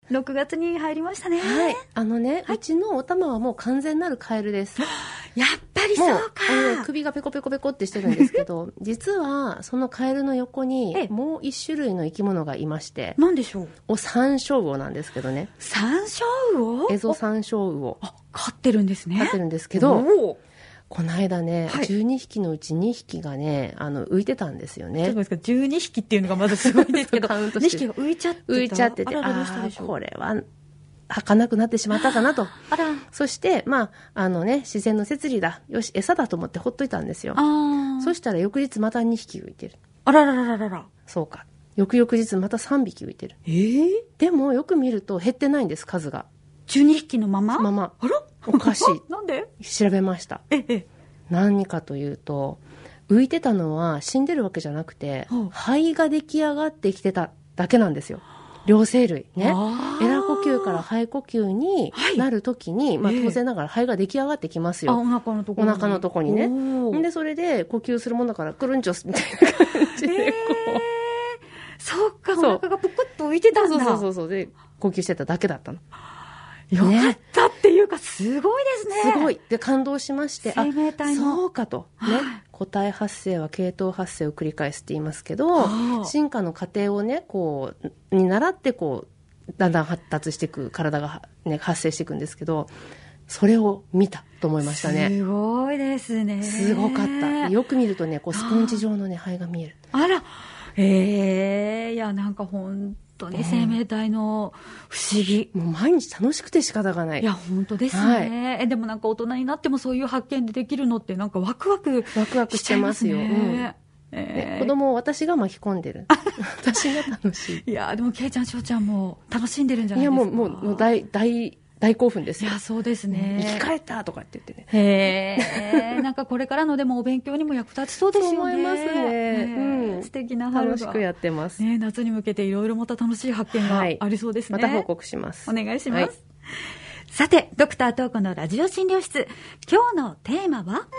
6月に入りましたね。 はい。うちのお玉はもう完全なるカエルです。 やっぱりそうか。 首がペコペコペコってしてるんですけど、実はそのカエルの横にもう一種類の生き物がいまして。 何でしょう？ サンショウウオなんですけどね。 サンショウウオ？ エゾサンショウウオ。 飼ってるんですね。 飼ってるんですけど、この間ね、12匹のうち2匹がね、浮いてたんですよね。 ちょっと待ってください、12匹っていうのがまだすごいですけど、2匹が浮いちゃってた。 浮いちゃってて、これは、儚くなってしまったかなと。そして、自然の摂理だ。よし、餌だと思ってほっといたんですよ。そしたら翌日また2匹浮いてる。 あららららら。 そうか。翌々日また3匹浮いてる。でも、よく見ると減ってないんです、数が。 12匹のままあらおかしい。 なんで？ 調べました。何かというと、浮いてたのは死んでるわけじゃなくて、肺が出来上がってきてただけなんですよ。両生類ね。エラ呼吸から肺呼吸になるときに、当然ながら肺が出来上がってきますよ。 お腹のとこにね。で、それで呼吸するもんだからクルンチョスみたいな感じでそうか、お腹がぷくっと浮いてたんだ。 そう。で、呼吸してただけだったの。 よかったっていうか、すごいですね。 すごい。で、感動しまして、 生命体の。 そうかと。ね。個体発生は系統発生を繰り返すって言いますけど、進化の過程をね、に倣って、だんだん発達していく、体がね、発生していくんですけど、それを見たと思いましたね。 すごいですね。 すごかった。よく見るとね、スポンジ状のね、肺が見える。 あら、いや、なんか本当に生命体の不思議。 もう毎日楽しくて仕方がない。 いや、本当ですね。でもなんか大人になってもそういう発見でできるのってなんかワクワクしてますよ。子供を私が巻き込んでる。私が楽しい。 いや、でもケイちゃん、しょうちゃんも楽しんでるんじゃないですか。 いや、もう大興奮ですよ。 いや、そうですね。 生き返ったとかって言ってね。 なんかこれからのでもお勉強にも役立ちそうですよね。 そう思いますね。 素敵な春が。 楽しくやってます。 夏に向けていろいろまた楽しい発見がありそうですね。 また報告します。 お願いします。さて、ドクタートークのラジオ診療室。今日のテーマは、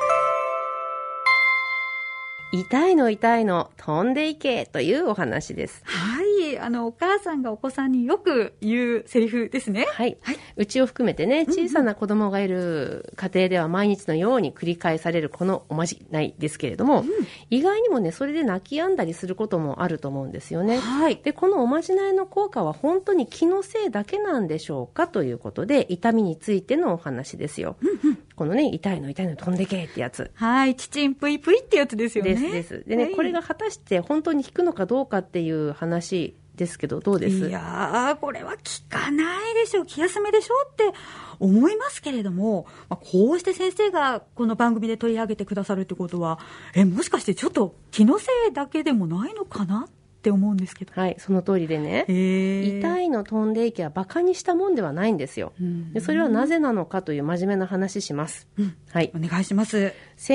痛いの飛んでいけというお話です。 はい、お母さんがお子さんによく言うセリフですね。 はい。うちを含めてね、小さな子供がいる家庭では毎日のように繰り返されるこのおまじないですけれども、意外にもね、それで泣き止んだりすることもあると思うんですよね。で、このおまじないの効果は本当に気のせいだけなんでしょうかということで、痛みについてのお話ですよ。このね、痛いの飛んでけってやつ。 はい、チチンプイプイってやつですよね。 です。でね、これが果たして本当に効くのかどうかっていう話ですけど、どうです？ いやー、これは効かないでしょう、気休めでしょうって思いますけれども、こうして先生がこの番組で取り上げてくださるってことは、もしかしてちょっと気のせいだけでもないのかなって思うんですけど。 はい、その通りでね、痛いの飛んでいけばバカにしたもんではないんですよ。でそれはなぜなのかという真面目な話します。はい、 お願いします。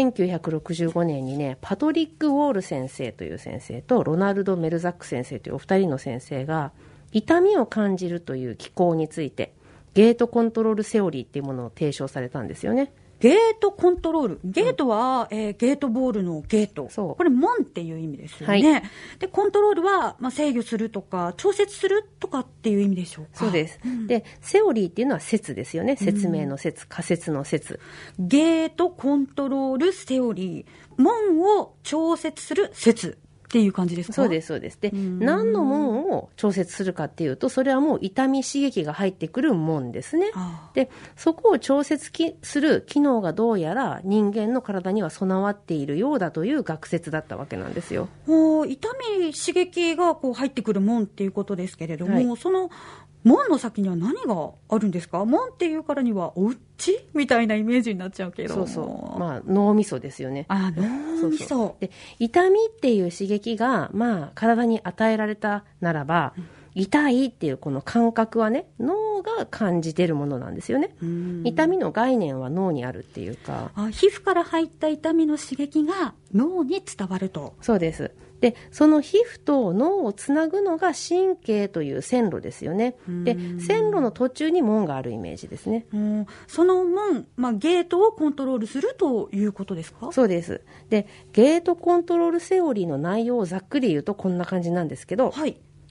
1965年にね、パトリック・ウォール先生という先生とロナルド・メルザック先生というお二人の先生が、痛みを感じるという機構についてゲートコントロールセオリーっていうものを提唱されたんですよね。 ゲートコントロール。ゲートは、ゲートボールのゲート。これ門っていう意味ですよね。で、コントロールは、制御するとか、調節するとかっていう意味でしょうか。 そうです。で、セオリーっていうのは説ですよね。説明の説、仮説の説。 ゲートコントロールセオリー。門を調節する説。っていう感じですか？ そうです。で、何の門を調節するかっていうと、それはもう痛み刺激が入ってくる門ですね。で、そこを調節する機能がどうやら人間の体には備わっているようだという学説だったわけなんですよ。 痛み刺激が入ってくる門っていうことですけれども、その門の先には何があるんですか？門っていうからにはお家みたいなイメージになっちゃうけど。 脳みそですよね。 脳みそ。 で、痛みっていう刺激が体に与えられたならば、痛いっていうこの感覚はね、脳が感じてるものなんですよね。痛みの概念は脳にあるっていうか、 皮膚から入った痛みの刺激が脳に伝わると。 そうです。で、その皮膚と脳をつなぐのが神経という線路ですよね。で、線路の途中に門があるイメージですね。 その門、ゲートをコントロールするということですか？ そうです。で、ゲートコントロールセオリーの内容をざっくり言うとこんな感じなんですけど、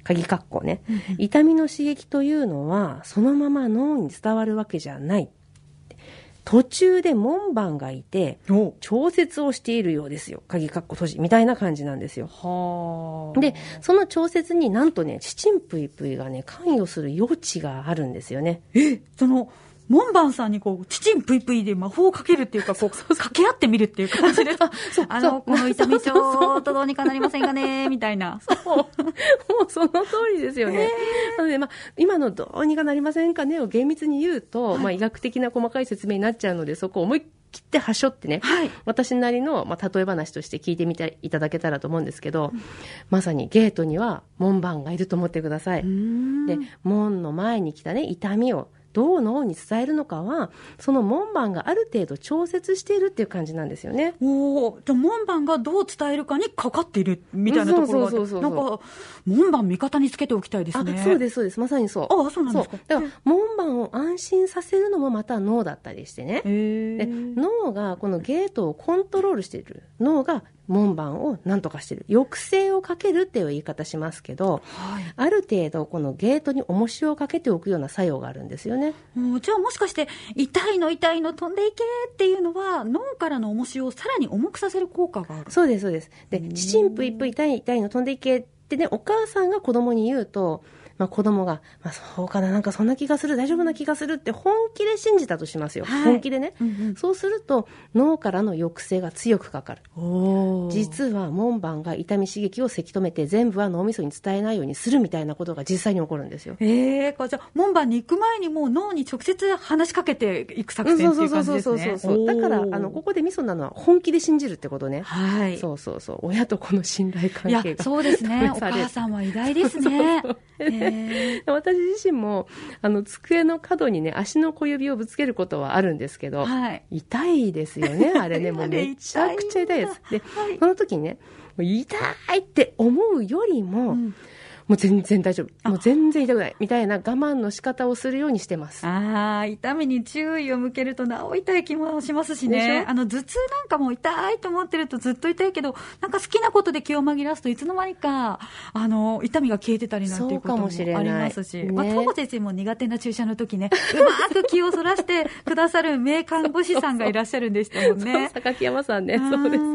鍵括弧ね。痛みの刺激というのは、そのまま脳に伝わるわけじゃない。途中で門番がいて、調節をしているようですよ。鍵括弧閉じ。みたいな感じなんですよ。で、その調節になんとね、ちちんぷいぷいがね、関与する余地があるんですよね。 その、門番さんにこう、ちちんぷいぷいで魔法をかけるっていうか、こう、掛け合ってみるっていう感じで、この痛みちょっとどうにかなりませんかね、みたいな。 もうその通りですよね。なので、今のどうにかなりませんかねを厳密に言うと、医学的な細かい説明になっちゃうので、そこを思い切ってはしょってね、私なりの、例え話として聞いてみていただけたらと思うんですけど、まさにゲートには門番がいると思ってください。で、門の前に来たね、痛みを、どう脳に伝えるのかは、その門番がある程度調節しているっていう感じなんですよね。 じゃあ門番がどう伝えるかにかかっているみたいなところがあって、なんか、門番味方につけておきたいですね。 そうです、そうです。まさにそう。 そうなんですか。 だから、門番を安心させるのもまた脳だったりしてね。で、脳がこのゲートをコントロールしている。脳が門番を何とかしている。抑制をかけるっていう言い方しますけど、ある程度このゲートに重しをかけておくような作用があるんですよね。 じゃあもしかして痛いの飛んでいけっていうのは脳からの重しをさらに重くさせる効果がある。 そうです、そうです。で、ちちんぷいぷい痛いの飛んでいけってね、お母さんが子供に言うと、子供が、そうかな、なんかそんな気がする、大丈夫な気がするって本気で信じたとしますよ。本気でね。そうすると、脳からの抑制が強くかかる。実は門番が痛み刺激をせき止めて、全部は脳みそに伝えないようにするみたいなことが実際に起こるんですよ。 じゃあ、門番に行く前にもう脳に直接話しかけていく作戦っていう感じですね。 そうだから、ここでミソなのは本気で信じるってことね。そう。親と子の信頼関係が。 そうですね。お母さんは偉大ですね。 私自身も机の角にね足の小指をぶつけることはあるんですけど、痛いですよねあれね。もうめちゃくちゃ痛いです。で、その時にね痛いって思うよりも、もう全然大丈夫、もう全然痛くないみたいな我慢の仕方をするようにしてます。 痛みに注意を向けるとなお痛い気もしますしね。頭痛なんかも痛いと思ってるとずっと痛いけど、なんか好きなことで気を紛らわすといつの間にか痛みが消えてたりなんていうこともありますし、当先生も苦手な注射の時ね、うまく気をそらしてくださる名看護師さんがいらっしゃるんでしたもんね。 榊山さんね。そうです。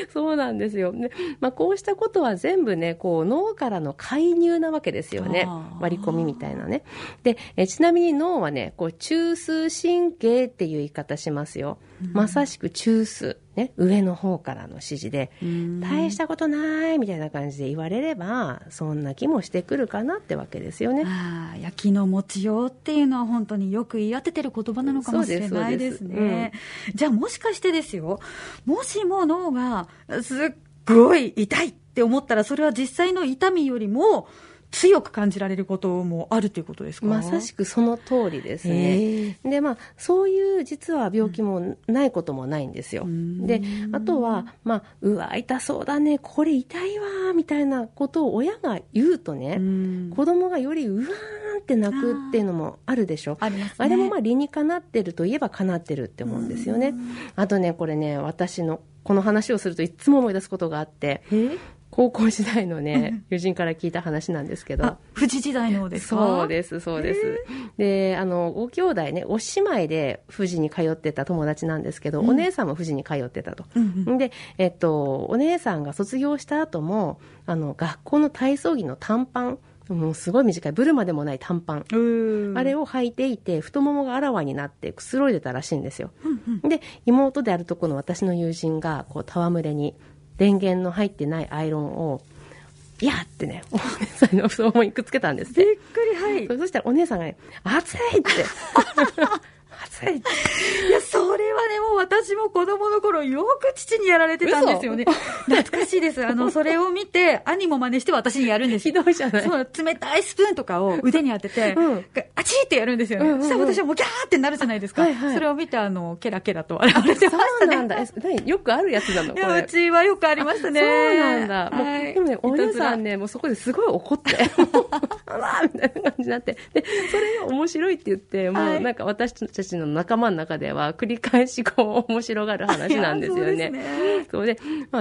そうなんですよ。ね、こうしたことは全部ね、こう脳からの介入なわけですよね。割り込みみたいなね。で、ちなみに脳はね、こう中枢神経っていう言い方しますよ。まさしく中枢。ね、上の方からの指示で、大したことないみたいな感じで言われれば、そんな気もしてくるかなってわけですよね。 焼きの持ちようっていうのは本当によく言い当ててる言葉なのかもしれないですね。じゃあもしかしてですよ、もしも脳がすっごい痛いって思ったら、それは実際の痛みよりも強く感じられることもあるということですか？ まさしくその通りですね。で、そういう実は病気もないこともないんですよ。で、あとは、うわ、痛そうだね、これ痛いわ、みたいなことを親が言うとね、子供がよりうわーんって泣くっていうのもあるでしょ。あれも理にかなってるといえばかなってるって思うんですよね。あとね、これね、私のこの話をするといつも思い出すことがあって、高校時代のね、友人から聞いた話なんですけど。 富士時代のですか？ そうです。で、ご兄弟ね、お姉妹で富士に通ってた友達なんですけど、お姉さんも富士に通ってたと。で、お姉さんが卒業した後も、学校の体操着の短パン、もうすごい短い、ブルマでもない短パン。あれを履いていて、太ももがあらわになってくつろいでたらしいんですよ。で、妹であるとこの私の友人が、こう、戯れに、電源の入ってないアイロンを、いやってね、お姉さんの太ももにくっつけたんですって。 びっくり、 そしたらお姉さんがね、熱いって。熱い。 いや、それはね、もう私も子供の頃よく父にやられてたんですよね。懐かしいです。それを見て、兄も真似して私にやるんですよ。 ひどいじゃない。 そう、冷たいスプーンとかを腕に当てて、あちーってやるんですよね。そしたら私はもうギャーってなるじゃないですか。それを見て、ケラケラと笑われてましたね。 そうなんだ。よくあるやつなの？ いや、うちはよくありましたね。 そうなんだ。でもね、お姉さんね、もうそこですごい怒って、わーみたいな感じになって、で、それが面白いって言って、もうなんか私たちの仲間の中では繰り返しこう面白がる話なんですよね。そうで、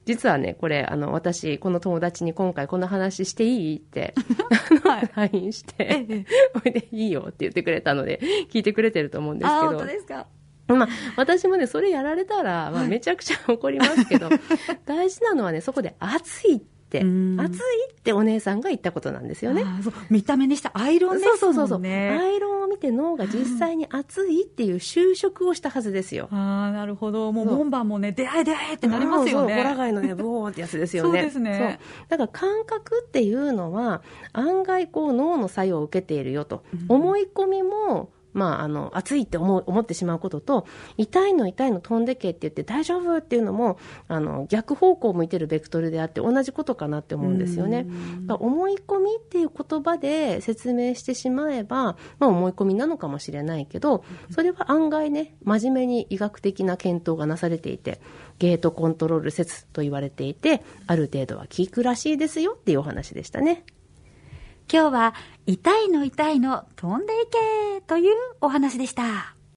実はね、これ、私、この友達に今回この話していいって、LINE して、これでいいよって言ってくれたので、聞いてくれてると思うんですけど。 本当ですか。 まあ、私もね、それやられたら、まあ、めちゃくちゃ怒りますけど、大事なのはね、そこで熱いって、熱いってお姉さんが言ったことなんですよね。 そう、見た目にしたアイロンですもんね。 そう。アイロンを見て脳が実際に熱いっていう就職をしたはずですよ。 なるほど。もう門番もね、出会いってなりますよね。 ホラ貝のね、ブオーってやつですよね。 そうですね。 だから感覚っていうのは、案外こう脳の作用を受けているよと。思い込みも、まあ、熱いって思ってしまうことと、痛いの飛んでけって言って大丈夫っていうのも、逆方向を向いてるベクトルであって同じことかなって思うんですよね。思い込みっていう言葉で説明してしまえば、まあ思い込みなのかもしれないけど、それは案外ね、真面目に医学的な検討がなされていて、ゲートコントロール説と言われていて、ある程度は効くらしいですよっていうお話でしたね。 今日は痛いの飛んでいけというお話でした。